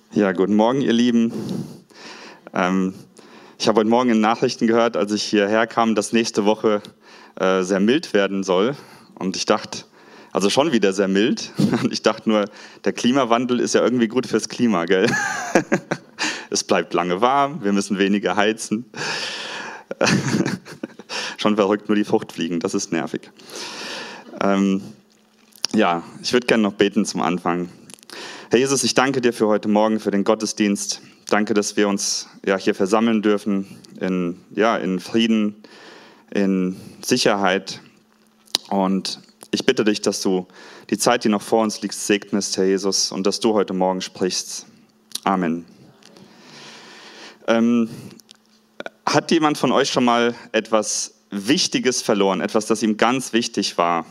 Ja, guten Morgen, ihr Lieben. Ich habe heute Morgen in Nachrichten gehört, als ich hierher kam, dass nächste Woche sehr mild werden soll. Und ich dachte, also schon wieder sehr mild. Und ich dachte nur, der Klimawandel ist ja irgendwie gut fürs Klima, gell? Es bleibt lange warm, wir müssen weniger heizen. Schon verrückt, nur die Fruchtfliegen, das ist nervig. Ja, ich würde gerne noch beten zum Anfang. Herr Jesus, ich danke dir für heute Morgen, für den Gottesdienst. Danke, dass wir uns hier versammeln dürfen in Frieden, in Sicherheit. Und ich bitte dich, dass du die Zeit, die noch vor uns liegt, segnest, Herr Jesus, und dass du heute Morgen sprichst. Amen. Hat jemand von euch schon mal etwas Wichtiges verloren, etwas, das ihm ganz wichtig war?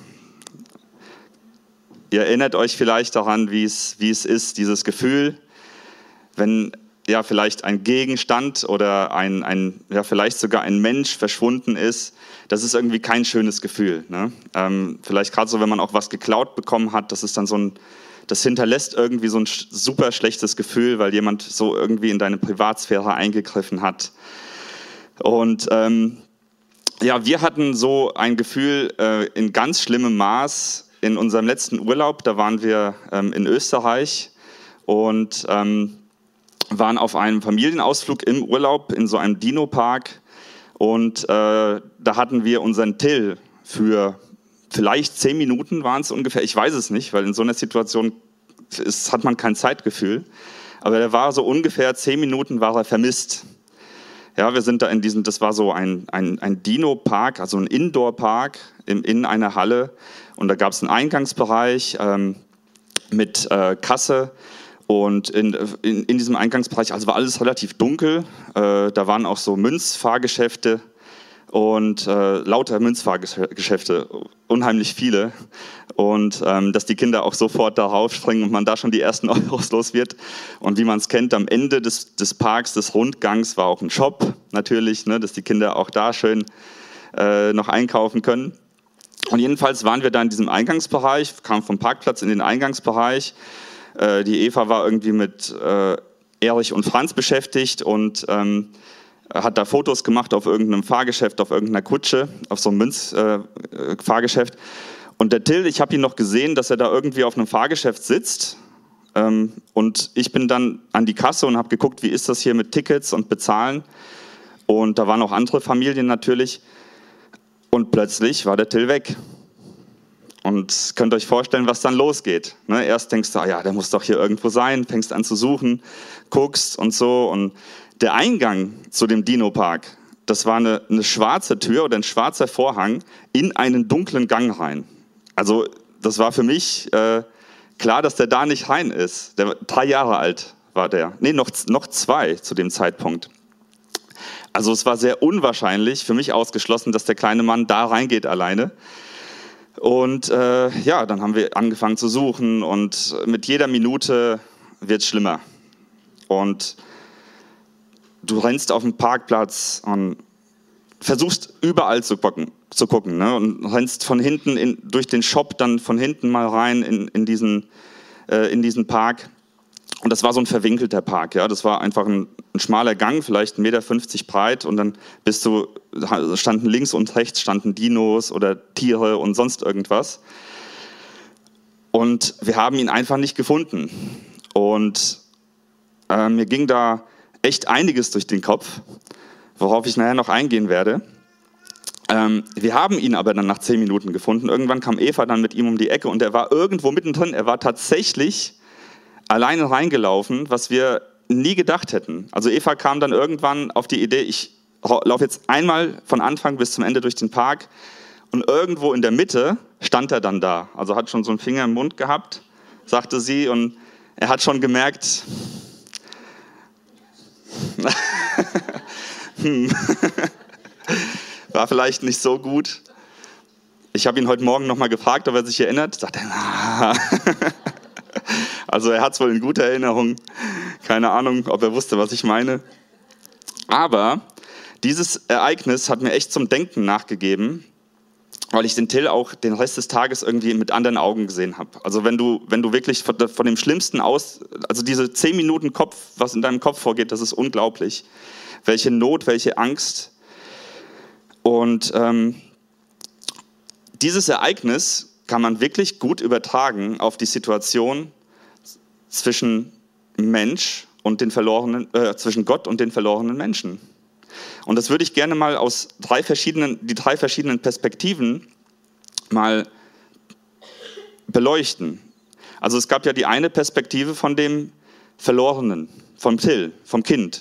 Ihr erinnert euch vielleicht daran, wie es ist, dieses Gefühl, wenn vielleicht ein Gegenstand oder vielleicht sogar ein Mensch verschwunden ist. Das ist irgendwie kein schönes Gefühl. Ne? Vielleicht gerade so, wenn man auch was geklaut bekommen hat, das ist dann das hinterlässt irgendwie so ein super schlechtes Gefühl, weil jemand so irgendwie in deine Privatsphäre eingegriffen hat. Und wir hatten so ein Gefühl in ganz schlimmem Maß. In unserem letzten Urlaub, da waren wir in Österreich und waren auf einem Familienausflug im Urlaub in so einem Dino-Park. Und da hatten wir unseren Till für vielleicht 10 Minuten waren es ungefähr. Ich weiß es nicht, weil in so einer Situation hat man kein Zeitgefühl. Aber der war so ungefähr 10 Minuten war er vermisst. Ja, wir sind da das war so ein Dino-Park, also ein Indoor-Park in einer Halle. Und da gab es einen Eingangsbereich mit Kasse. Und in diesem Eingangsbereich, also war alles relativ dunkel. Da waren auch so Münzfahrgeschäfte und lauter Münzfahrgeschäfte, unheimlich viele. Und dass die Kinder auch sofort darauf springen und man da schon die ersten Euros los wird. Und wie man es kennt, am Ende des Parks, des Rundgangs, war auch ein Shop natürlich, ne, dass die Kinder auch da schön noch einkaufen können. Und jedenfalls waren wir da in diesem Eingangsbereich, kamen vom Parkplatz in den Eingangsbereich. Die Eva war irgendwie mit Erich und Franz beschäftigt und hat da Fotos gemacht auf irgendeinem Fahrgeschäft, auf irgendeiner Kutsche, auf so einem Münzfahrgeschäft. Und der Till, ich habe ihn noch gesehen, dass er da irgendwie auf einem Fahrgeschäft sitzt. Und ich bin dann an die Kasse und habe geguckt, wie ist das hier mit Tickets und Bezahlen. Und da waren auch andere Familien natürlich. Und plötzlich war der Till weg. Und könnt euch vorstellen, was dann losgeht. Ne? Erst denkst du, der muss doch hier irgendwo sein, fängst an zu suchen, guckst und so. Und der Eingang zu dem Dino-Park, das war eine schwarze Tür oder ein schwarzer Vorhang in einen dunklen Gang rein. Also das war für mich klar, dass der da nicht rein ist. Der 3 Jahre alt war der. Nee, noch 2 zu dem Zeitpunkt. Also es war sehr unwahrscheinlich, für mich ausgeschlossen, dass der kleine Mann da reingeht alleine. Und dann haben wir angefangen zu suchen und mit jeder Minute wird es schlimmer. Und du rennst auf den Parkplatz und versuchst überall zu gucken, ne? Und rennst von hinten durch den Shop dann von hinten mal rein in diesen Park. Und das war so ein verwinkelter Park, ja. Das war einfach ein schmaler Gang, vielleicht 1,50 Meter breit. Und dann standen links und rechts Dinos oder Tiere und sonst irgendwas. Und wir haben ihn einfach nicht gefunden. Und mir ging da echt einiges durch den Kopf, worauf ich nachher noch eingehen werde. Wir haben ihn aber dann nach 10 Minuten gefunden. Irgendwann kam Eva dann mit ihm um die Ecke und er war irgendwo mittendrin. Er war tatsächlich alleine reingelaufen, was wir nie gedacht hätten. Also Eva kam dann irgendwann auf die Idee, ich laufe jetzt einmal von Anfang bis zum Ende durch den Park und irgendwo in der Mitte stand er dann da. Also hat schon so einen Finger im Mund gehabt, sagte sie, und er hat schon gemerkt, war vielleicht nicht so gut. Ich habe ihn heute Morgen nochmal gefragt, ob er sich erinnert. Sagt er, also er hat es wohl in guter Erinnerung. Keine Ahnung, ob er wusste, was ich meine. Aber dieses Ereignis hat mir echt zum Denken nachgegeben. weil ich den Till auch den Rest des Tages irgendwie mit anderen Augen gesehen habe. Also wenn du wirklich von dem Schlimmsten aus, also diese 10 Minuten Kopf, was in deinem Kopf vorgeht, das ist unglaublich. Welche Not, welche Angst. Und dieses Ereignis kann man wirklich gut übertragen auf die Situation zwischen Mensch und den zwischen Gott und den verlorenen Menschen. Und das würde ich gerne mal aus die drei verschiedenen Perspektiven mal beleuchten. Also es gab ja die eine Perspektive von dem Verlorenen, vom Till, vom Kind,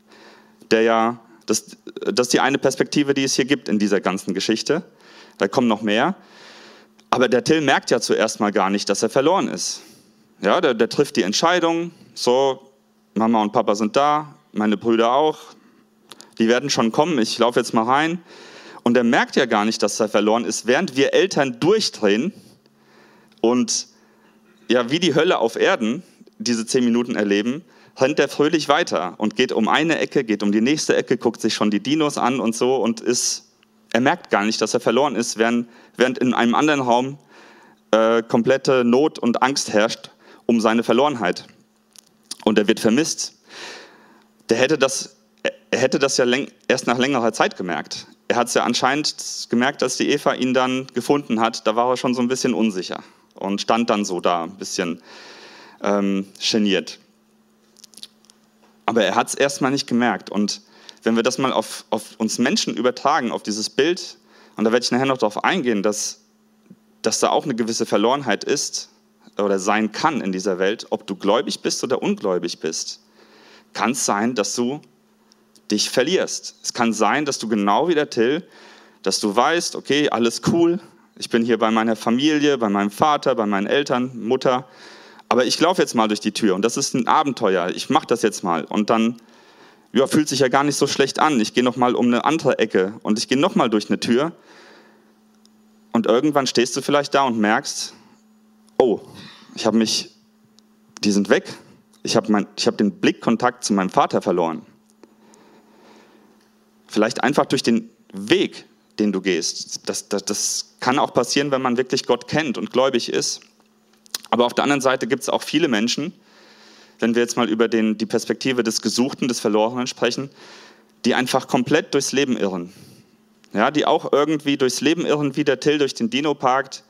das ist die eine Perspektive, die es hier gibt in dieser ganzen Geschichte. Da kommen noch mehr. Aber der Till merkt ja zuerst mal gar nicht, dass er verloren ist. Ja, der trifft die Entscheidung, so, Mama und Papa sind da, meine Brüder auch, die werden schon kommen, ich laufe jetzt mal rein. Und er merkt ja gar nicht, dass er verloren ist, während wir Eltern durchdrehen und ja, wie die Hölle auf Erden diese 10 Minuten erleben, rennt er fröhlich weiter und geht um eine Ecke, geht um die nächste Ecke, guckt sich schon die Dinos an und so und er merkt gar nicht, dass er verloren ist, während in einem anderen Raum komplette Not und Angst herrscht um seine Verlorenheit. Und er wird vermisst. Er hätte das ja erst nach längerer Zeit gemerkt. Er hat es ja anscheinend gemerkt, als die Eva ihn dann gefunden hat. Da war er schon so ein bisschen unsicher und stand dann so da, ein bisschen geniert. Aber er hat es erstmal nicht gemerkt. Und wenn wir das mal auf uns Menschen übertragen, auf dieses Bild, und da werde ich nachher noch darauf eingehen, dass da auch eine gewisse Verlorenheit ist oder sein kann in dieser Welt, ob du gläubig bist oder ungläubig bist, kann es sein, dass du dich verlierst. Es kann sein, dass du genau wie der Till, dass du weißt, okay, alles cool, ich bin hier bei meiner Familie, bei meinem Vater, bei meinen Eltern, Mutter, aber ich laufe jetzt mal durch die Tür und das ist ein Abenteuer, ich mache das jetzt mal und dann fühlt sich ja gar nicht so schlecht an, ich gehe noch mal um eine andere Ecke und ich gehe noch mal durch eine Tür und irgendwann stehst du vielleicht da und merkst, oh, die sind weg, ich habe den Blickkontakt zu meinem Vater verloren. Vielleicht einfach durch den Weg, den du gehst. Das kann auch passieren, wenn man wirklich Gott kennt und gläubig ist. Aber auf der anderen Seite gibt es auch viele Menschen, wenn wir jetzt mal über die Perspektive des Gesuchten, des Verlorenen sprechen, die einfach komplett durchs Leben irren. Ja, die auch irgendwie durchs Leben irren, wie der Till durch den Dino-Park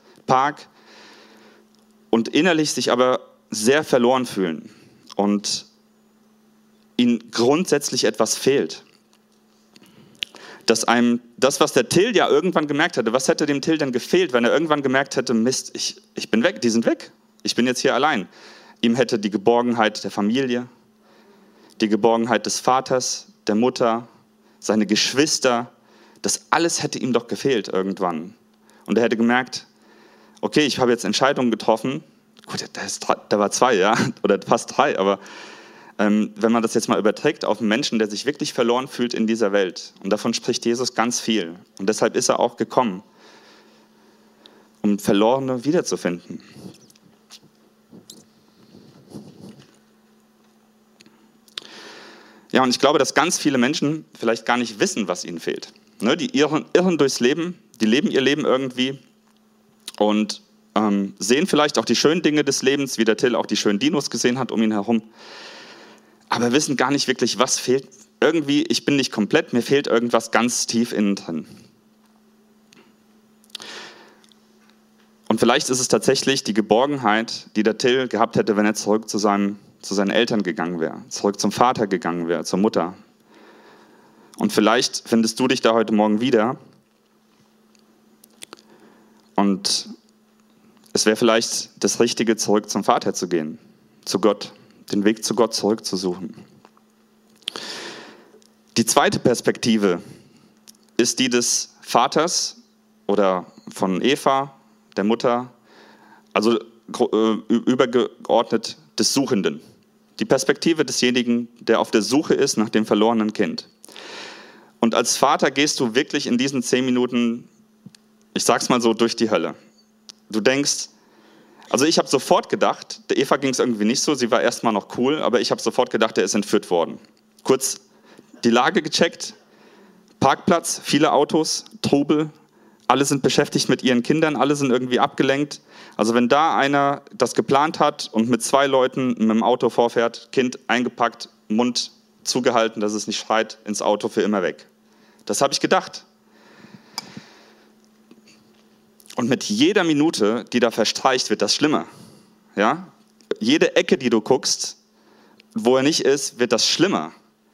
und innerlich sich aber sehr verloren fühlen und ihnen grundsätzlich etwas fehlt. Dass einem das, was der Till ja irgendwann gemerkt hätte, was hätte dem Till denn gefehlt, wenn er irgendwann gemerkt hätte, Mist, ich bin weg, die sind weg, ich bin jetzt hier allein. Ihm hätte die Geborgenheit der Familie, die Geborgenheit des Vaters, der Mutter, seine Geschwister, das alles hätte ihm doch gefehlt irgendwann. Und er hätte gemerkt, okay, ich habe jetzt Entscheidungen getroffen, gut, da war 2, ja, oder fast 3, aber wenn man das jetzt mal überträgt auf einen Menschen, der sich wirklich verloren fühlt in dieser Welt. Und davon spricht Jesus ganz viel. Und deshalb ist er auch gekommen, um Verlorene wiederzufinden. Ja, und ich glaube, dass ganz viele Menschen vielleicht gar nicht wissen, was ihnen fehlt. Ne, die irren durchs Leben, die leben ihr Leben irgendwie und sehen vielleicht auch die schönen Dinge des Lebens, wie der Till auch die schönen Dinos gesehen hat um ihn herum. Aber wissen gar nicht wirklich, was fehlt. Irgendwie, ich bin nicht komplett, mir fehlt irgendwas ganz tief innen drin. Und vielleicht ist es tatsächlich die Geborgenheit, die der Till gehabt hätte, wenn er zurück zu seinen Eltern gegangen wäre, zurück zum Vater gegangen wäre, zur Mutter. Und vielleicht findest du dich da heute Morgen wieder und es wäre vielleicht das Richtige, zurück zum Vater zu gehen, zu Gott. Den Weg zu Gott zurückzusuchen. Die zweite Perspektive ist die des Vaters oder von Eva, der Mutter, also übergeordnet des Suchenden. Die Perspektive desjenigen, der auf der Suche ist nach dem verlorenen Kind. Und als Vater gehst du wirklich in diesen 10 Minuten, ich sag's mal so, durch die Hölle. Du denkst, also ich habe sofort gedacht, der Eva ging es irgendwie nicht so, sie war erstmal noch cool, aber ich habe sofort gedacht, er ist entführt worden. Kurz die Lage gecheckt, Parkplatz, viele Autos, Trubel, Alle sind beschäftigt mit ihren Kindern, alle sind irgendwie abgelenkt. Also wenn da einer das geplant hat und mit 2 Leuten mit dem Auto vorfährt, Kind eingepackt, Mund zugehalten, dass es nicht schreit, ins Auto für immer weg. Das habe ich gedacht. Und mit jeder Minute, die da verstreicht, wird das schlimmer. Ja? Jede Ecke, die du guckst, wo er nicht ist, wird das schlimmer.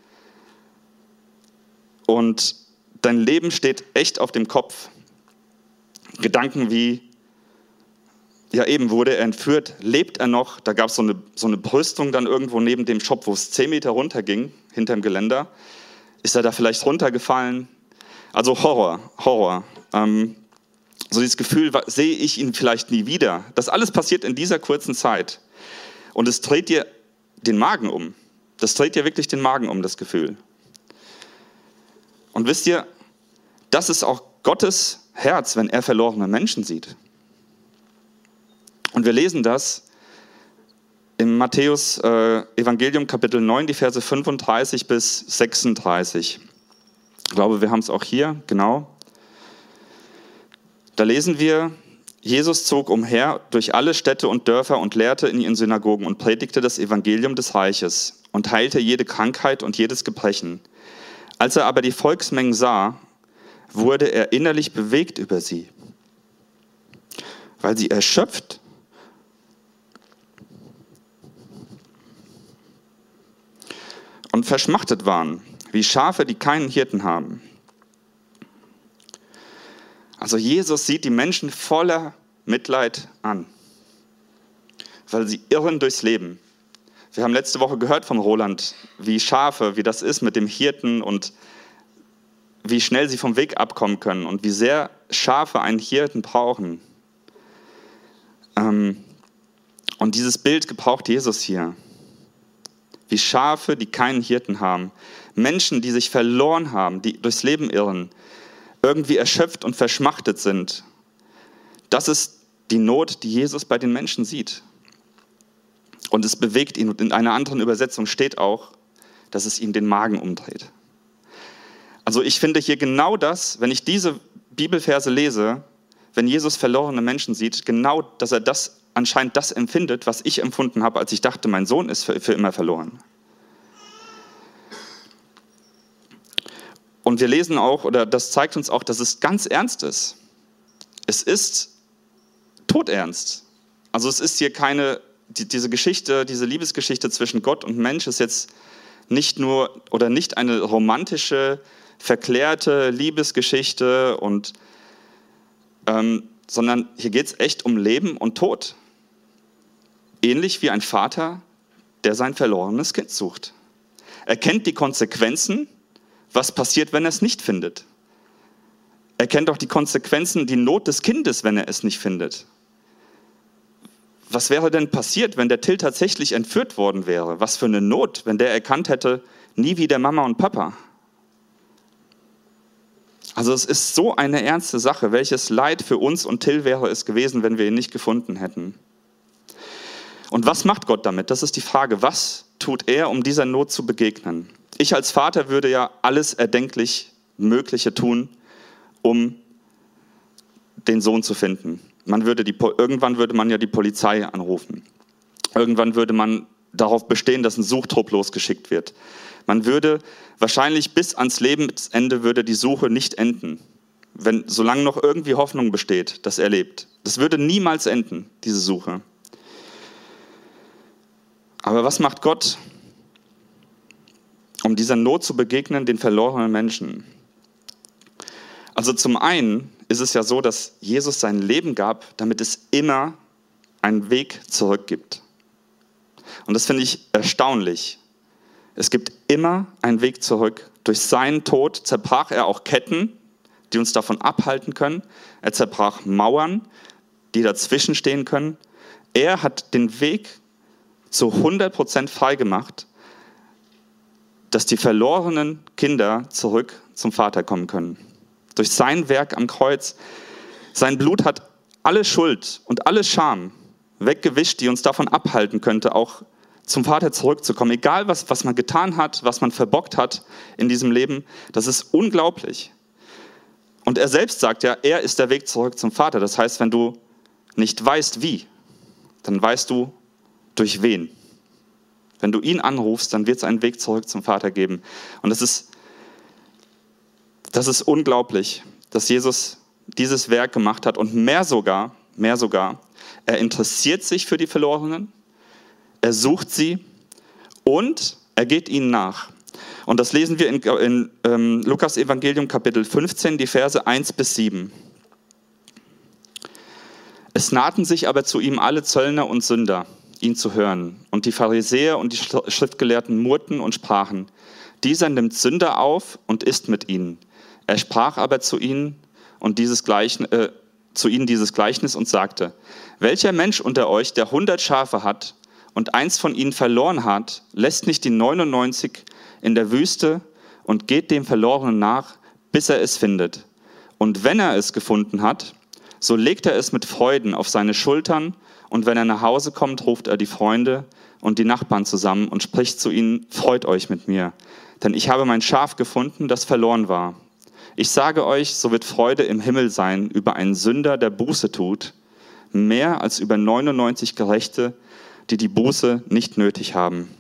Und dein Leben steht echt auf dem Kopf. Gedanken wie, ja eben, wurde er entführt, lebt er noch? Da gab es so eine Brüstung dann irgendwo neben dem Shop, wo es 10 Meter runter ging, hinterm Geländer. Ist er da vielleicht runtergefallen? Also Horror. So dieses Gefühl, sehe ich ihn vielleicht nie wieder? Das alles passiert in dieser kurzen Zeit. Und es dreht dir den Magen um. Das dreht dir wirklich den Magen um, das Gefühl. Und wisst ihr, das ist auch Gottes Herz, wenn er verlorene Menschen sieht. Und wir lesen das im Matthäus Evangelium Kapitel 9, die Verse 35 bis 36. Ich glaube, wir haben es auch hier, genau. Da lesen wir, Jesus zog umher durch alle Städte und Dörfer und lehrte in ihren Synagogen und predigte das Evangelium des Reiches und heilte jede Krankheit und jedes Gebrechen. Als er aber die Volksmengen sah, wurde er innerlich bewegt über sie, weil sie erschöpft und verschmachtet waren, wie Schafe, die keinen Hirten haben. Also Jesus sieht die Menschen voller Mitleid an, weil sie irren durchs Leben. Wir haben letzte Woche gehört von Roland, wie Schafe, wie das ist mit dem Hirten und wie schnell sie vom Weg abkommen können und wie sehr Schafe einen Hirten brauchen. Und dieses Bild gebraucht Jesus hier. Wie Schafe, die keinen Hirten haben. Menschen, die sich verloren haben, die durchs Leben irren, irgendwie erschöpft und verschmachtet sind. Das ist die Not, die Jesus bei den Menschen sieht. Und es bewegt ihn. Und in einer anderen Übersetzung steht auch, dass es ihm den Magen umdreht. Also ich finde hier genau das, wenn ich diese Bibelverse lese, wenn Jesus verlorene Menschen sieht, genau, dass er das anscheinend das empfindet, was ich empfunden habe, als ich dachte, mein Sohn ist für immer verloren. Und wir lesen auch, oder das zeigt uns auch, dass es ganz ernst ist. Es ist todernst. Also es ist hier keine, diese Geschichte, diese Liebesgeschichte zwischen Gott und Mensch ist jetzt nicht nur oder nicht eine romantische, verklärte Liebesgeschichte, sondern hier geht es echt um Leben und Tod. Ähnlich wie ein Vater, der sein verlorenes Kind sucht. Er kennt die Konsequenzen, was passiert, wenn er es nicht findet. Er kennt auch die Konsequenzen, die Not des Kindes, wenn er es nicht findet. Was wäre denn passiert, wenn der Till tatsächlich entführt worden wäre? Was für eine Not, wenn der erkannt hätte, nie wieder Mama und Papa. Also es ist so eine ernste Sache. Welches Leid für uns und Till wäre es gewesen, wenn wir ihn nicht gefunden hätten? Und was macht Gott damit? Das ist die Frage. Was tut er, um dieser Not zu begegnen? Ich als Vater würde ja alles erdenklich Mögliche tun, um den Sohn zu finden. Irgendwann würde man ja die Polizei anrufen. Irgendwann würde man darauf bestehen, dass ein Suchtrupp losgeschickt wird. Man würde wahrscheinlich bis ans Lebensende würde die Suche nicht enden, solange noch irgendwie Hoffnung besteht, dass er lebt. Das würde niemals enden, diese Suche. Aber was macht Gott, um dieser Not zu begegnen, den verlorenen Menschen? Also zum einen ist es ja so, dass Jesus sein Leben gab, damit es immer einen Weg zurück gibt. Und das finde ich erstaunlich. Es gibt immer einen Weg zurück. Durch seinen Tod zerbrach er auch Ketten, die uns davon abhalten können. Er zerbrach Mauern, die dazwischen stehen können. Er hat den Weg zu 100% frei gemacht, dass die verlorenen Kinder zurück zum Vater kommen können. Durch sein Werk am Kreuz. Sein Blut hat alle Schuld und alle Scham weggewischt, die uns davon abhalten könnte, auch zum Vater zurückzukommen. Egal, was man getan hat, was man verbockt hat in diesem Leben, das ist unglaublich. Und er selbst sagt ja, er ist der Weg zurück zum Vater. Das heißt, wenn du nicht weißt, wie, dann weißt du, durch wen. Wenn du ihn anrufst, dann wird es einen Weg zurück zum Vater geben. Und das ist unglaublich, dass Jesus dieses Werk gemacht hat. Und mehr sogar, er interessiert sich für die Verlorenen, er sucht sie und er geht ihnen nach. Und das lesen wir in Lukas Evangelium Kapitel 15, die Verse 1 bis 7. Es nahten sich aber zu ihm alle Zöllner und Sünder, ihn zu hören. Und die Pharisäer und die Schriftgelehrten murrten und sprachen, dieser nimmt Sünder auf und isst mit ihnen. Er sprach aber zu ihnen dieses Gleichnis und sagte, welcher Mensch unter euch, der 100 Schafe hat und eins von ihnen verloren hat, lässt nicht die 99 in der Wüste und geht dem Verlorenen nach, bis er es findet. Und wenn er es gefunden hat, so legt er es mit Freuden auf seine Schultern und wenn er nach Hause kommt, ruft er die Freunde und die Nachbarn zusammen und spricht zu ihnen, freut euch mit mir, denn ich habe mein Schaf gefunden, das verloren war. Ich sage euch, so wird Freude im Himmel sein über einen Sünder, der Buße tut, mehr als über 99 Gerechte, die die Buße nicht nötig haben.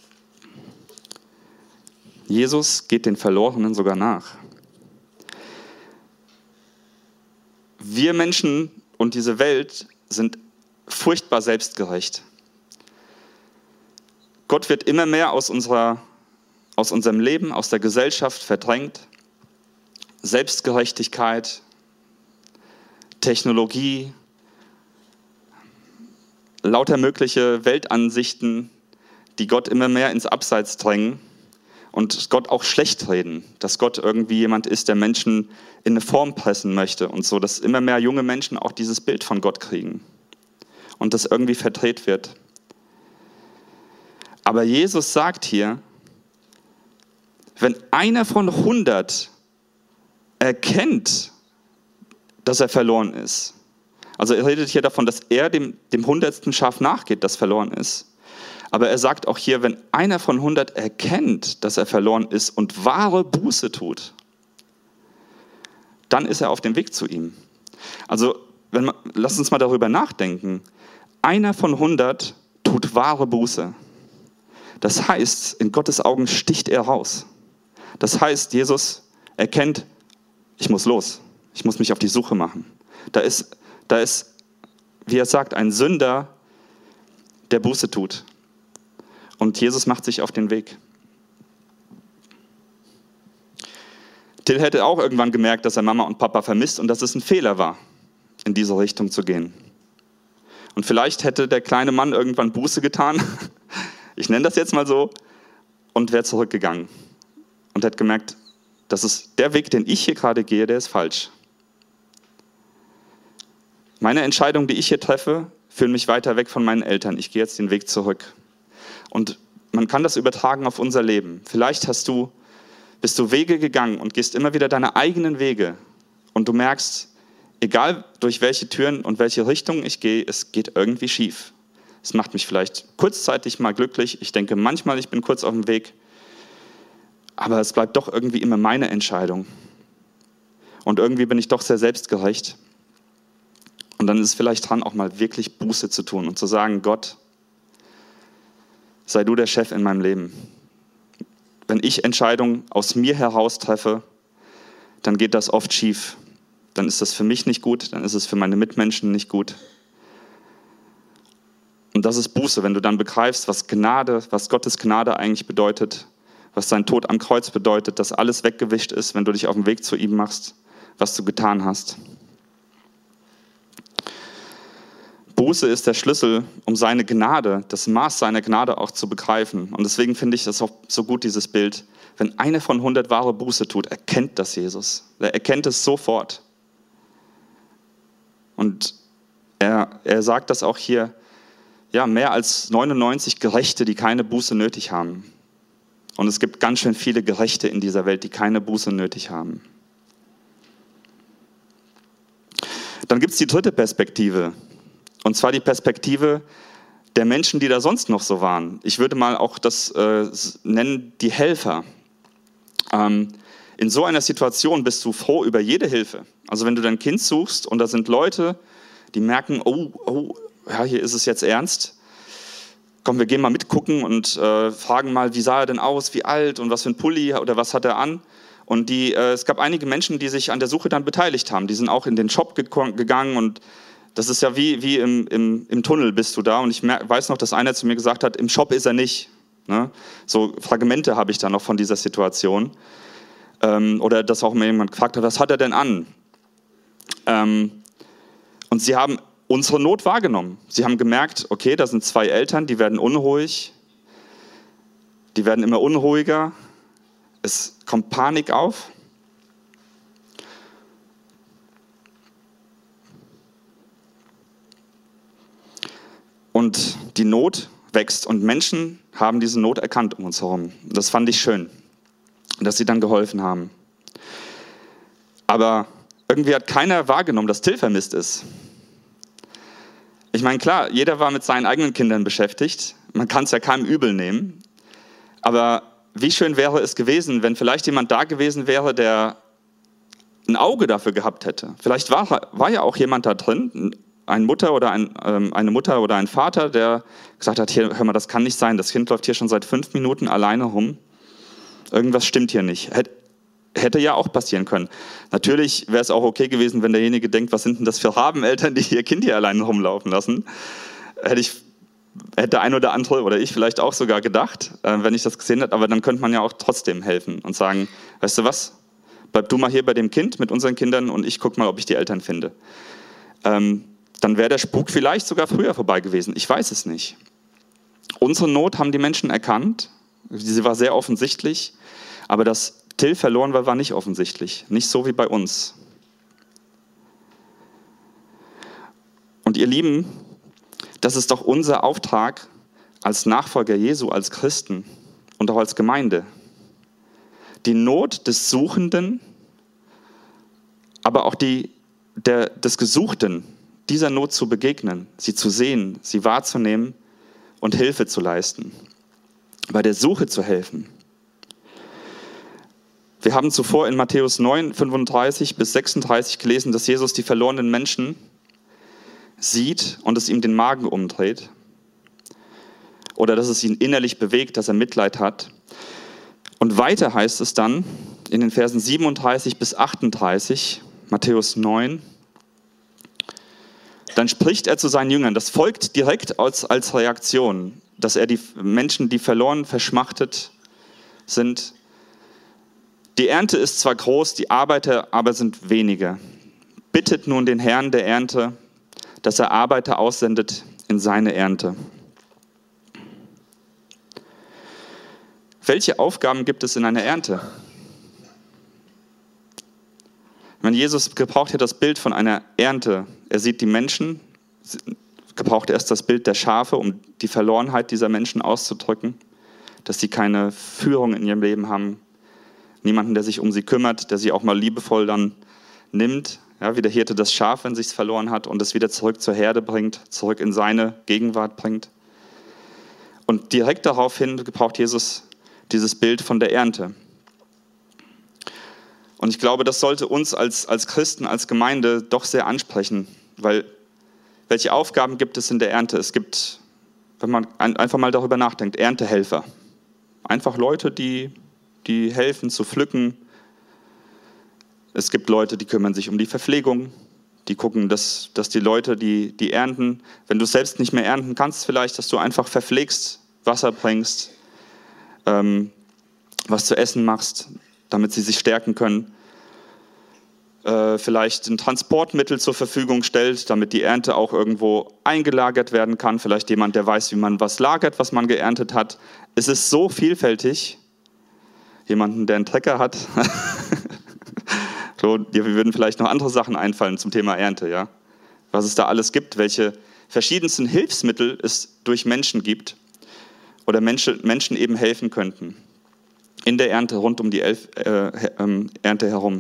Jesus geht den Verlorenen sogar nach. Wir Menschen und diese Welt sind furchtbar selbstgerecht. Gott wird immer mehr aus unserem Leben, aus der Gesellschaft verdrängt. Selbstgerechtigkeit, Technologie, lauter mögliche Weltansichten, die Gott immer mehr ins Abseits drängen und Gott auch schlecht reden, dass Gott irgendwie jemand ist, der Menschen in eine Form pressen möchte und so, dass immer mehr junge Menschen auch dieses Bild von Gott kriegen und das irgendwie verdreht wird. Aber Jesus sagt hier, wenn einer von 100 erkennt, dass er verloren ist, also er redet hier davon, dass er dem 100. Schaf nachgeht, das verloren ist. Aber er sagt auch hier, wenn einer von 100 erkennt, dass er verloren ist und wahre Buße tut, dann ist er auf dem Weg zu ihm. Also lass uns mal darüber nachdenken. Einer von 100 tut wahre Buße. Das heißt, in Gottes Augen sticht er raus. Das heißt, Jesus erkennt, ich muss los. Ich muss mich auf die Suche machen. Da ist, wie er sagt, ein Sünder, der Buße tut. Und Jesus macht sich auf den Weg. Till hätte auch irgendwann gemerkt, dass er Mama und Papa vermisst und dass es ein Fehler war, in diese Richtung zu gehen. Und vielleicht hätte der kleine Mann irgendwann Buße getan, ich nenne das jetzt mal so, und wäre zurückgegangen. Und hätte gemerkt, das ist der Weg, den ich hier gerade gehe, der ist falsch. Meine Entscheidungen, die ich hier treffe, führen mich weiter weg von meinen Eltern. Ich gehe jetzt den Weg zurück. Und man kann das übertragen auf unser Leben. Vielleicht bist du Wege gegangen und gehst immer wieder deine eigenen Wege. Und du merkst, egal durch welche Türen und welche Richtung ich gehe, es geht irgendwie schief. Es macht mich vielleicht kurzzeitig mal glücklich. Ich denke manchmal, ich bin kurz auf dem Weg. Aber es bleibt doch irgendwie immer meine Entscheidung. Und irgendwie bin ich doch sehr selbstgerecht. Und dann ist es vielleicht dran, auch mal wirklich Buße zu tun und zu sagen, Gott, sei du der Chef in meinem Leben. Wenn ich Entscheidungen aus mir heraus treffe, dann geht das oft schief. Dann ist das für mich nicht gut, dann ist es für meine Mitmenschen nicht gut. Und das ist Buße, wenn du dann begreifst, was Gottes Gnade eigentlich bedeutet, was sein Tod am Kreuz bedeutet, dass alles weggewischt ist, wenn du dich auf den Weg zu ihm machst, was du getan hast. Buße ist der Schlüssel, um seine Gnade, das Maß seiner Gnade auch zu begreifen. Und deswegen finde ich das auch so gut, dieses Bild. Wenn einer von 100 wahre Buße tut, erkennt das Jesus. Er erkennt es sofort. Und er sagt das auch hier, ja, mehr als 99 Gerechte, die keine Buße nötig haben. Und es gibt ganz schön viele Gerechte in dieser Welt, die keine Buße nötig haben. Dann gibt es die dritte Perspektive. Und zwar die Perspektive der Menschen, die da sonst noch so waren. Ich würde mal auch das nennen, die Helfer. In so einer Situation bist du froh über jede Hilfe. Also wenn du dein Kind suchst und da sind Leute, die merken, oh, ja, hier ist es jetzt ernst. Komm, wir gehen mal mitgucken und fragen mal, wie sah er denn aus, wie alt und was für ein Pulli oder was hat er an. Und es gab einige Menschen, die sich an der Suche dann beteiligt haben. Die sind auch in den Shop gegangen und das ist ja wie im Tunnel bist du da. Und ich weiß noch, dass einer zu mir gesagt hat, im Shop ist er nicht. Ne? So Fragmente habe ich da noch von dieser Situation. Oder dass auch mal jemand gefragt hat, was hat er denn an? Und sie haben unsere Not wahrgenommen. Sie haben gemerkt, okay, da sind zwei Eltern, die werden unruhig, die werden immer unruhiger, es kommt Panik auf. Und die Not wächst und Menschen haben diese Not erkannt um uns herum. Das fand ich schön, dass sie dann geholfen haben. Aber irgendwie hat keiner wahrgenommen, dass Till vermisst ist. Ich meine, klar, jeder war mit seinen eigenen Kindern beschäftigt. Man kann es ja keinem übel nehmen. Aber wie schön wäre es gewesen, wenn vielleicht jemand da gewesen wäre, der ein Auge dafür gehabt hätte. Vielleicht war ja auch jemand da drin, eine Mutter oder ein Vater, der gesagt hat, hier, hör mal, das kann nicht sein. Das Kind läuft hier schon seit 5 Minuten alleine rum. Irgendwas stimmt hier nicht. Hätte ja auch passieren können. Natürlich wäre es auch okay gewesen, wenn derjenige denkt, was sind denn das für Rabeneltern, die ihr Kind hier alleine rumlaufen lassen. Hätte ein oder andere oder ich vielleicht auch sogar gedacht, wenn ich das gesehen hätte. Aber dann könnte man ja auch trotzdem helfen und sagen, weißt du was, bleib du mal hier bei dem Kind mit unseren Kindern und ich gucke mal, ob ich die Eltern finde. Dann wäre der Spuk vielleicht sogar früher vorbei gewesen. Ich weiß es nicht. Unsere Not haben die Menschen erkannt. Sie war sehr offensichtlich. Aber dass Till verloren war nicht offensichtlich. Nicht so wie bei uns. Und ihr Lieben, das ist doch unser Auftrag als Nachfolger Jesu, als Christen und auch als Gemeinde. Die Not des Suchenden, aber auch des Gesuchten, dieser Not zu begegnen, sie zu sehen, sie wahrzunehmen und Hilfe zu leisten. Bei der Suche zu helfen. Wir haben zuvor in Matthäus 9, 35 bis 36 gelesen, dass Jesus die verlorenen Menschen sieht und es ihm den Magen umdreht. Oder dass es ihn innerlich bewegt, dass er Mitleid hat. Und weiter heißt es dann in den Versen 37 bis 38, Matthäus 9, dann spricht er zu seinen Jüngern, das folgt direkt als Reaktion, dass er die Menschen, die verloren, verschmachtet sind. Die Ernte ist zwar groß, die Arbeiter aber sind wenige. Bittet nun den Herrn der Ernte, dass er Arbeiter aussendet in seine Ernte. Welche Aufgaben gibt es in einer Ernte? Wenn Jesus gebraucht hier das Bild von einer Ernte, er sieht die Menschen, gebraucht erst das Bild der Schafe, um die Verlorenheit dieser Menschen auszudrücken, dass sie keine Führung in ihrem Leben haben, niemanden, der sich um sie kümmert, der sie auch mal liebevoll dann nimmt, ja, wie der Hirte das Schaf, wenn es sich verloren hat, und es wieder zurück zur Herde bringt, zurück in seine Gegenwart bringt. Und direkt daraufhin gebraucht Jesus dieses Bild von der Ernte. Und ich glaube, das sollte uns als Christen, als Gemeinde doch sehr ansprechen, weil welche Aufgaben gibt es in der Ernte? Es gibt, wenn man einfach mal darüber nachdenkt, Erntehelfer. Einfach Leute, die helfen zu pflücken. Es gibt Leute, die kümmern sich um die Verpflegung, die gucken, dass die Leute, die ernten, wenn du selbst nicht mehr ernten kannst vielleicht, dass du einfach verpflegst, Wasser bringst, was zu essen machst, damit sie sich stärken können. Vielleicht ein Transportmittel zur Verfügung stellt, damit die Ernte auch irgendwo eingelagert werden kann. Vielleicht jemand, der weiß, wie man was lagert, was man geerntet hat. Es ist so vielfältig. Jemanden, der einen Trecker hat. So, dir würden vielleicht noch andere Sachen einfallen zum Thema Ernte, ja? Was es da alles gibt, welche verschiedensten Hilfsmittel es durch Menschen gibt oder Menschen eben helfen könnten. In der Ernte, rund um die Ernte herum.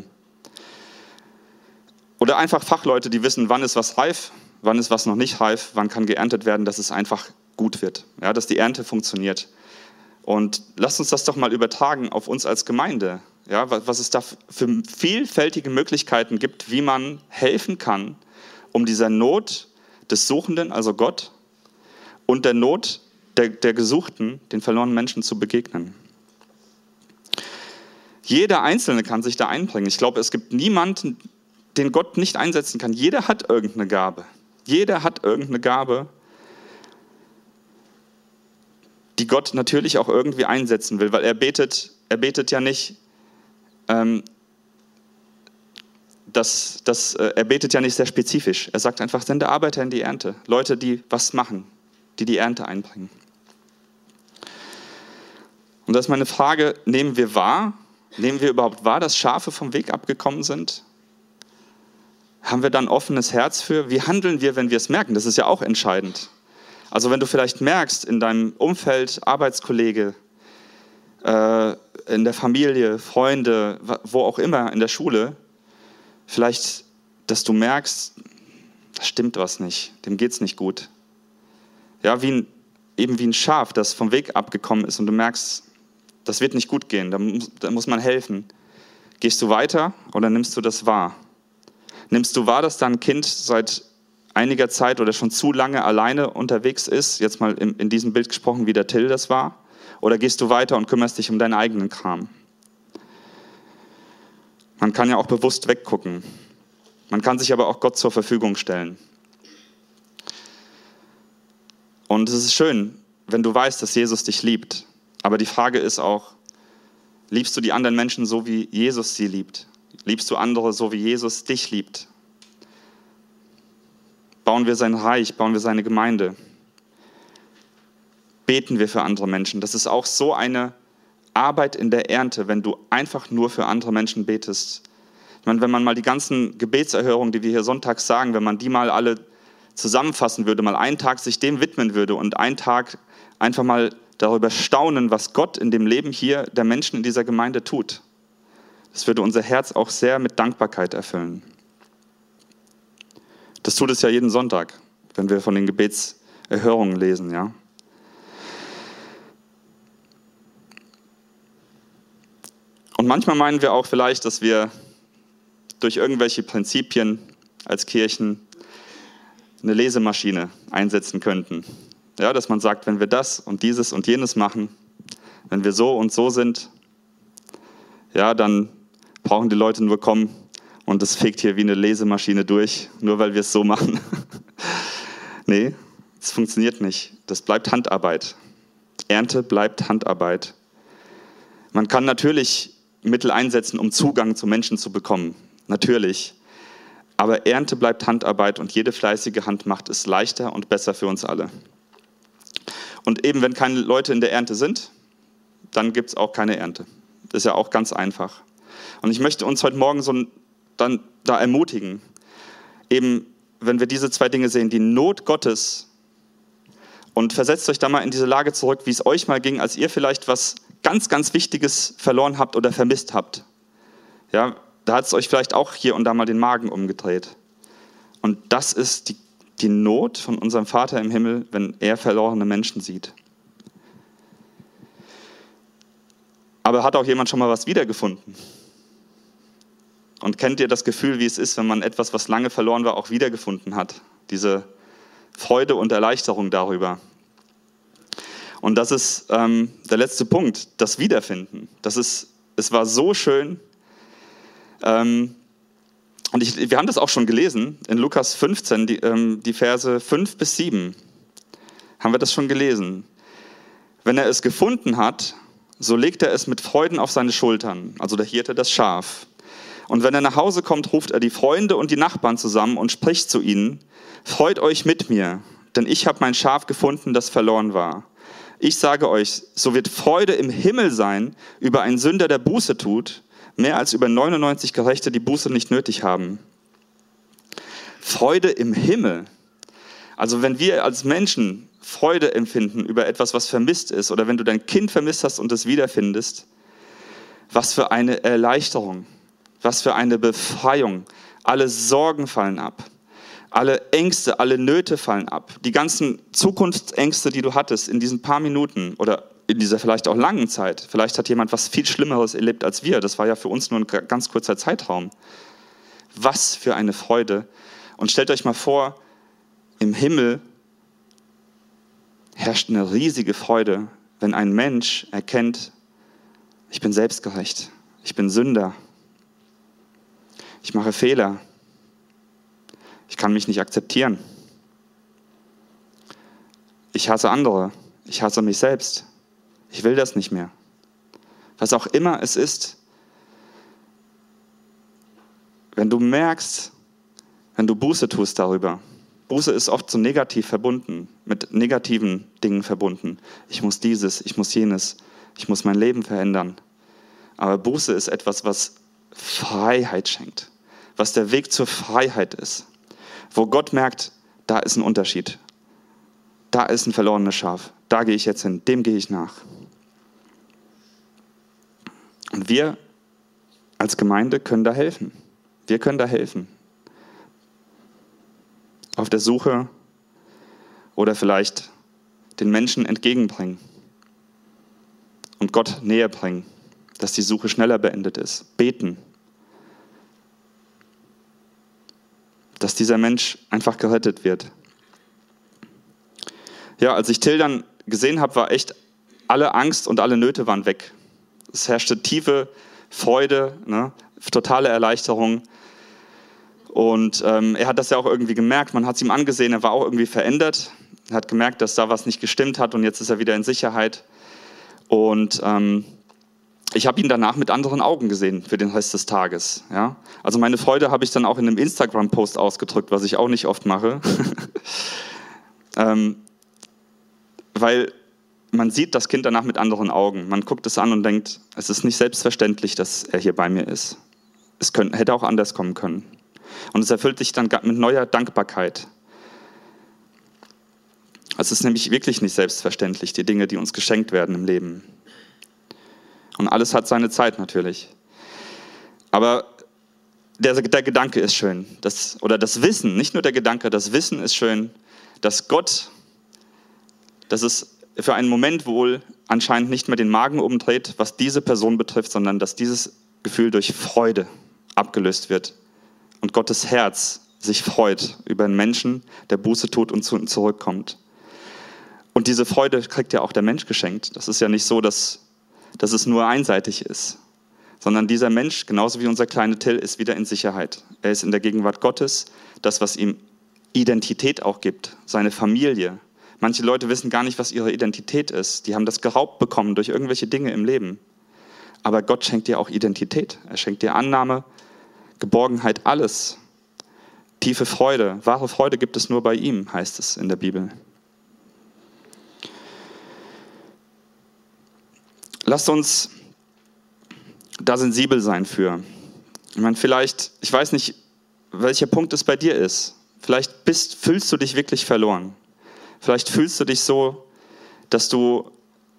Oder einfach Fachleute, die wissen, wann ist was reif, wann ist was noch nicht reif, wann kann geerntet werden, dass es einfach gut wird, ja, dass die Ernte funktioniert. Und lasst uns das doch mal übertragen auf uns als Gemeinde. ja, was es da für vielfältige Möglichkeiten gibt, wie man helfen kann, um dieser Not des Suchenden, also Gott, und der Not der Gesuchten, den verlorenen Menschen zu begegnen. Jeder Einzelne kann sich da einbringen. Ich glaube, es gibt niemanden, den Gott nicht einsetzen kann. Jeder hat irgendeine Gabe. Jeder hat irgendeine Gabe, die Gott natürlich auch irgendwie einsetzen will, weil er betet ja nicht, er betet ja nicht sehr spezifisch. Er sagt einfach, sende Arbeiter in die Ernte. Leute, die was machen, die die Ernte einbringen. Und das ist meine Frage, nehmen wir überhaupt wahr, dass Schafe vom Weg abgekommen sind? Haben wir dann ein offenes Herz für? Wie handeln wir, wenn wir es merken? Das ist ja auch entscheidend. Also wenn du vielleicht merkst, in deinem Umfeld, Arbeitskollege, in der Familie, Freunde, wo auch immer, in der Schule, vielleicht, dass du merkst, da stimmt was nicht, dem geht es nicht gut. Ja, eben wie ein Schaf, das vom Weg abgekommen ist und du merkst, das wird nicht gut gehen, da muss man helfen. Gehst du weiter oder nimmst du das wahr? Nimmst du wahr, dass dein Kind seit einiger Zeit oder schon zu lange alleine unterwegs ist, jetzt mal in diesem Bild gesprochen, wie der Till das war? Oder gehst du weiter und kümmerst dich um deinen eigenen Kram? Man kann ja auch bewusst weggucken. Man kann sich aber auch Gott zur Verfügung stellen. Und es ist schön, wenn du weißt, dass Jesus dich liebt. Aber die Frage ist auch, liebst du die anderen Menschen so, wie Jesus sie liebt? Liebst du andere so, wie Jesus dich liebt? Bauen wir sein Reich, bauen wir seine Gemeinde? Beten wir für andere Menschen? Das ist auch so eine Arbeit in der Ernte, wenn du einfach nur für andere Menschen betest. Ich meine, wenn man mal die ganzen Gebetserhörungen, die wir hier sonntags sagen, wenn man die mal alle zusammenfassen würde, mal einen Tag sich dem widmen würde und einen Tag einfach mal darüber staunen, was Gott in dem Leben hier der Menschen in dieser Gemeinde tut. Das würde unser Herz auch sehr mit Dankbarkeit erfüllen. Das tut es ja jeden Sonntag, wenn wir von den Gebetserhörungen lesen, ja. Und manchmal meinen wir auch vielleicht, dass wir durch irgendwelche Prinzipien als Kirchen eine Lesemaschine einsetzen könnten. Ja, dass man sagt, wenn wir das und dieses und jenes machen, wenn wir so und so sind, ja, dann brauchen die Leute nur kommen und es fegt hier wie eine Lesemaschine durch, nur weil wir es so machen. Nee, das funktioniert nicht. Das bleibt Handarbeit. Ernte bleibt Handarbeit. Man kann natürlich Mittel einsetzen, um Zugang zu Menschen zu bekommen. Natürlich. Aber Ernte bleibt Handarbeit und jede fleißige Hand macht es leichter und besser für uns alle. Und eben, wenn keine Leute in der Ernte sind, dann gibt es auch keine Ernte. Das ist ja auch ganz einfach. Und ich möchte uns heute Morgen dann da ermutigen, eben, wenn wir diese zwei Dinge sehen, die Not Gottes, und versetzt euch da mal in diese Lage zurück, wie es euch mal ging, als ihr vielleicht was ganz, ganz Wichtiges verloren habt oder vermisst habt. Ja, da hat es euch vielleicht auch hier und da mal den Magen umgedreht. Und das ist die Not von unserem Vater im Himmel, wenn er verlorene Menschen sieht. Aber hat auch jemand schon mal was wiedergefunden? Und kennt ihr das Gefühl, wie es ist, wenn man etwas, was lange verloren war, auch wiedergefunden hat? Diese Freude und Erleichterung darüber. Und das ist der letzte Punkt, das Wiederfinden. Es war so schön. Und wir haben das auch schon gelesen, in Lukas 15, die Verse 5 bis 7, haben wir das schon gelesen. Wenn er es gefunden hat, so legt er es mit Freuden auf seine Schultern, also der Hirte das Schaf. Und wenn er nach Hause kommt, ruft er die Freunde und die Nachbarn zusammen und spricht zu ihnen: Freut euch mit mir, denn ich habe mein Schaf gefunden, das verloren war. Ich sage euch, so wird Freude im Himmel sein über einen Sünder, der Buße tut, mehr als über 99 Gerechte, die Buße nicht nötig haben. Freude im Himmel. Also wenn wir als Menschen Freude empfinden über etwas, was vermisst ist, oder wenn du dein Kind vermisst hast und es wiederfindest, was für eine Erleichterung, was für eine Befreiung. Alle Sorgen fallen ab. Alle Ängste, alle Nöte fallen ab. Die ganzen Zukunftsängste, die du hattest in diesen paar Minuten oder in dieser vielleicht auch langen Zeit. Vielleicht hat jemand was viel Schlimmeres erlebt als wir. Das war ja für uns nur ein ganz kurzer Zeitraum. Was für eine Freude. Und stellt euch mal vor, im Himmel herrscht eine riesige Freude, wenn ein Mensch erkennt, ich bin selbstgerecht, ich bin Sünder, ich mache Fehler, ich kann mich nicht akzeptieren, ich hasse andere, ich hasse mich selbst, ich will das nicht mehr. Was auch immer es ist, wenn du merkst, wenn du Buße tust darüber, Buße ist oft so negativ verbunden, mit negativen Dingen verbunden. Ich muss dieses, ich muss jenes, ich muss mein Leben verändern. Aber Buße ist etwas, was Freiheit schenkt, was der Weg zur Freiheit ist. Wo Gott merkt, da ist ein Unterschied, da ist ein verlorenes Schaf, da gehe ich jetzt hin, dem gehe ich nach. Und wir als Gemeinde können da helfen. Wir können da helfen. Auf der Suche oder vielleicht den Menschen entgegenbringen und Gott näher bringen, dass die Suche schneller beendet ist. Beten, dass dieser Mensch einfach gerettet wird. Ja, als ich Till dann gesehen habe, war echt alle Angst und alle Nöte waren weg. Es herrschte tiefe Freude, ne, totale Erleichterung. Und er hat das ja auch irgendwie gemerkt, man hat es ihm angesehen, er war auch irgendwie verändert. Er hat gemerkt, dass da was nicht gestimmt hat und jetzt ist er wieder in Sicherheit. Und ich habe ihn danach mit anderen Augen gesehen für den Rest des Tages. Ja? Also meine Freude habe ich dann auch in einem Instagram-Post ausgedrückt, was ich auch nicht oft mache. Weil man sieht das Kind danach mit anderen Augen. Man guckt es an und denkt, es ist nicht selbstverständlich, dass er hier bei mir ist. Hätte auch anders kommen können. Und es erfüllt dich dann mit neuer Dankbarkeit. Es ist nämlich wirklich nicht selbstverständlich, die Dinge, die uns geschenkt werden im Leben. Und alles hat seine Zeit natürlich. Aber der Gedanke ist schön. Das Wissen, nicht nur der Gedanke, das Wissen ist schön, dass Gott, dass es für einen Moment wohl anscheinend nicht mehr den Magen umdreht, was diese Person betrifft, sondern dass dieses Gefühl durch Freude abgelöst wird. Und Gottes Herz sich freut über einen Menschen, der Buße tut und zu ihm zurückkommt. Und diese Freude kriegt ja auch der Mensch geschenkt. Das ist ja nicht so, dass es nur einseitig ist, sondern dieser Mensch, genauso wie unser kleiner Till, ist wieder in Sicherheit. Er ist in der Gegenwart Gottes, das, was ihm Identität auch gibt, seine Familie. Manche Leute wissen gar nicht, was ihre Identität ist. Die haben das geraubt bekommen durch irgendwelche Dinge im Leben. Aber Gott schenkt dir auch Identität. Er schenkt dir Annahme, Geborgenheit, alles. Tiefe Freude, wahre Freude gibt es nur bei ihm, heißt es in der Bibel. Lasst uns da sensibel sein für. Ich meine, vielleicht, ich weiß nicht, welcher Punkt es bei dir ist. Vielleicht fühlst du dich wirklich verloren. Vielleicht fühlst du dich so, dass du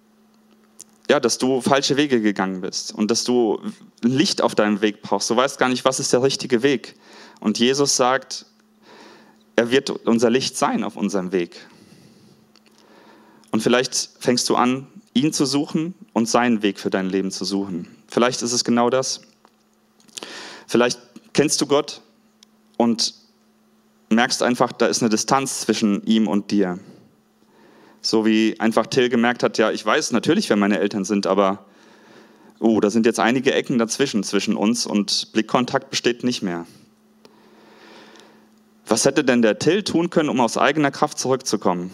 falsche Wege gegangen bist und dass du Licht auf deinem Weg brauchst. Du weißt gar nicht, was ist der richtige Weg. Und Jesus sagt, er wird unser Licht sein auf unserem Weg. Und vielleicht fängst du an, ihn zu suchen und seinen Weg für dein Leben zu suchen. Vielleicht ist es genau das. Vielleicht kennst du Gott und merkst einfach, da ist eine Distanz zwischen ihm und dir. So wie einfach Till gemerkt hat, ja, ich weiß natürlich, wer meine Eltern sind, aber da sind jetzt einige Ecken zwischen uns und Blickkontakt besteht nicht mehr. Was hätte denn der Till tun können, um aus eigener Kraft zurückzukommen?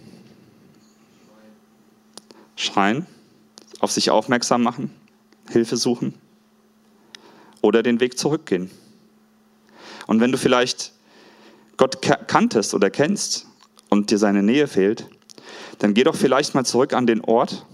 Schreien, auf sich aufmerksam machen, Hilfe suchen oder den Weg zurückgehen. Und wenn du vielleicht Gott kanntest oder kennst und dir seine Nähe fehlt, dann geh doch vielleicht mal zurück an den Ort,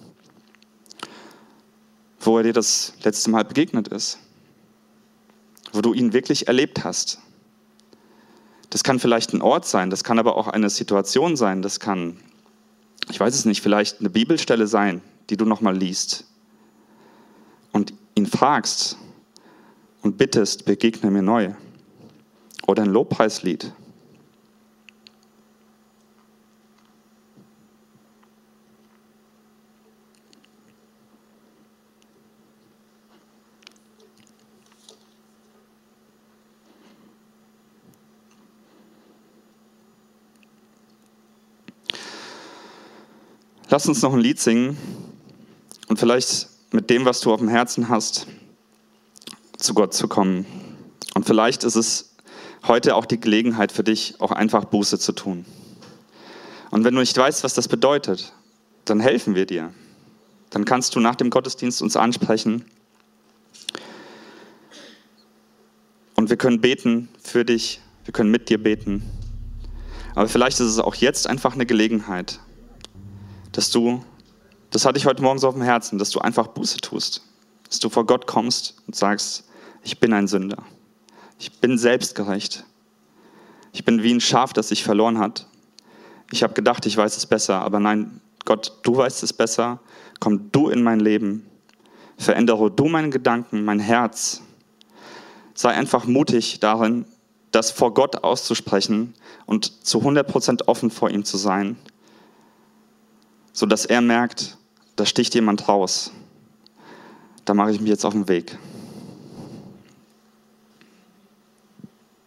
wo er dir das letzte Mal begegnet ist, wo du ihn wirklich erlebt hast. Das kann vielleicht ein Ort sein, das kann aber auch eine Situation sein, das kann, ich weiß es nicht, vielleicht eine Bibelstelle sein, die du nochmal liest und ihn fragst und bittest, begegne mir neu. Oder ein Lobpreislied. Lass uns noch ein Lied singen und vielleicht mit dem, was du auf dem Herzen hast, zu Gott zu kommen. Und vielleicht ist es heute auch die Gelegenheit für dich, auch einfach Buße zu tun. Und wenn du nicht weißt, was das bedeutet, dann helfen wir dir. Dann kannst du nach dem Gottesdienst uns ansprechen. Und wir können beten für dich, wir können mit dir beten. Aber vielleicht ist es auch jetzt einfach eine Gelegenheit, dass du, das hatte ich heute Morgen so auf dem Herzen, dass du einfach Buße tust. Dass du vor Gott kommst und sagst, ich bin ein Sünder. Ich bin selbstgerecht. Ich bin wie ein Schaf, das sich verloren hat. Ich habe gedacht, ich weiß es besser, aber nein, Gott, du weißt es besser. Komm du in mein Leben. Verändere du meine Gedanken, mein Herz. Sei einfach mutig darin, das vor Gott auszusprechen und zu 100% offen vor ihm zu sein, sodass er merkt, da sticht jemand raus. Da mache ich mich jetzt auf den Weg.